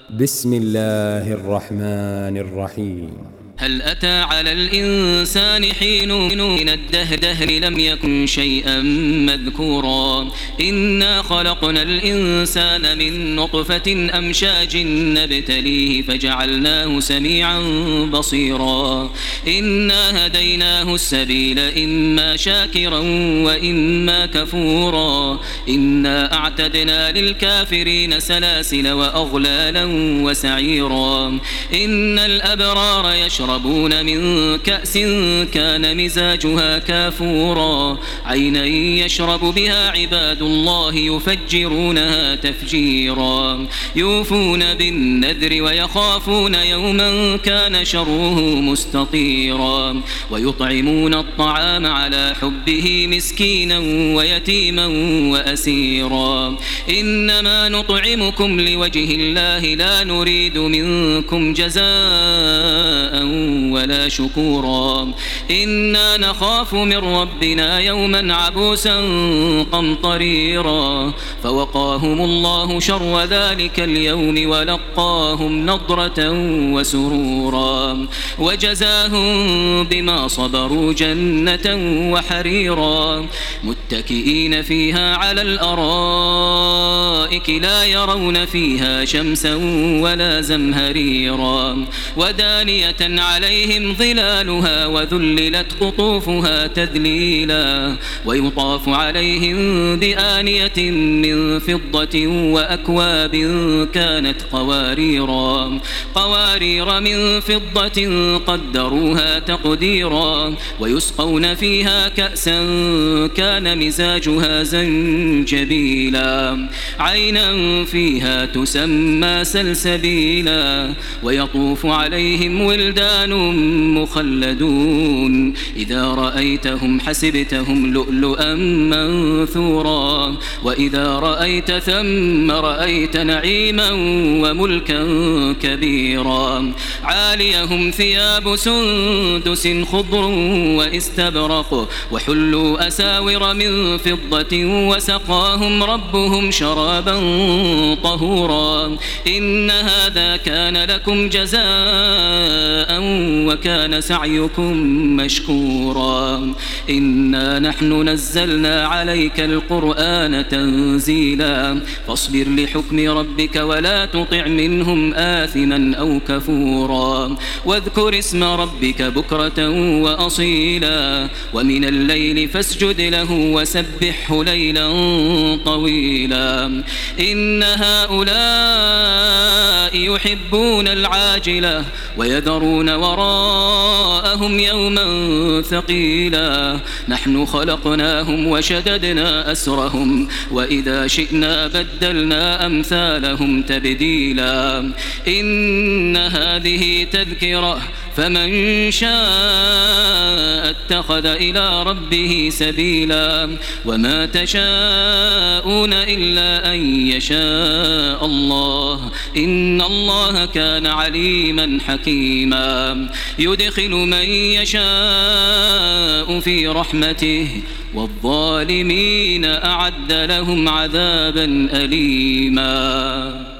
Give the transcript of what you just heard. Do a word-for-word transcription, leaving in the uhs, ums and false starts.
بسم الله الرحمن الرحيم. هل أتى على الإنسان حين من الدهر لم يكن شيئا مذكورا إنا خلقنا الإنسان من نطفة أمشاج نبتليه فجعلناه سميعا بصيرا إنا هديناه السبيل إما شاكرا وإما كفورا إنا أعتدنا للكافرين سلاسل وأغلالا وسعيرا إن الأبرار يشربون يشربون من كأس كان مزاجها كافورا عينا يشرب بها عباد الله يفجرونها تفجيرا يوفون بالنذر ويخافون يوما كان شره مستطيرا ويطعمون الطعام على حبه مسكينا ويتيما وأسيرا إنما نطعمكم لوجه الله لا نريد منكم جزاء ولا شكورا إنا نخاف من ربنا يوما عبوسا قمطريرا فوقاهم الله شر ذلك اليوم ولقاهم نضرة وسرورا وجزاهم بما صبروا جنة وحريرا متكئين فيها على الأرائك لا يرون فيها شمسا ولا زمهريرا ودانية عليهم ظلالها وذللت قطوفها تذليلا ويطاف عليهم بآنية من فضة وأكواب كانت قواريرا قوارير من فضة قدروها تقديرا ويسقون فيها كأسا كان مزاجها زنجبيلا عينا فيها تسمى سلسبيلا ويطوف عليهم ولدان مخلدون إذا رأيتهم حسبتهم لؤلؤا منثورا وإذا رأيت ثم رأيت نعيما وملكا كبيرا عاليهم ثياب سندس خضر واستبرق وحلوا أساور من فضة وسقاهم ربهم شرابا طهورا إن هذا كان لكم جزاء وكان سعيكم مشكورا إنا نحن نزلنا عليك القرآن تنزيلا فاصبر لحكم ربك ولا تطع منهم آثما أو كفورا واذكر اسم ربك بكرة وأصيلا ومن الليل فاسجد له وسبحه ليلا طويلا إن هؤلاء يحبون العاجلة ويذرون وراءهم يوما ثقيلا نحن خلقناهم وشددنا أسرهم وإذا شئنا بدلنا أمثالهم تبديلا إن هذه تذكرة فمن شاء اتخذ إلى ربه سبيلا وما تشاءون إلا أن يشاء الله إن الله كان عليما حكيما يدخل من يشاء في رحمته والظالمين أعد لهم عذابا أليما.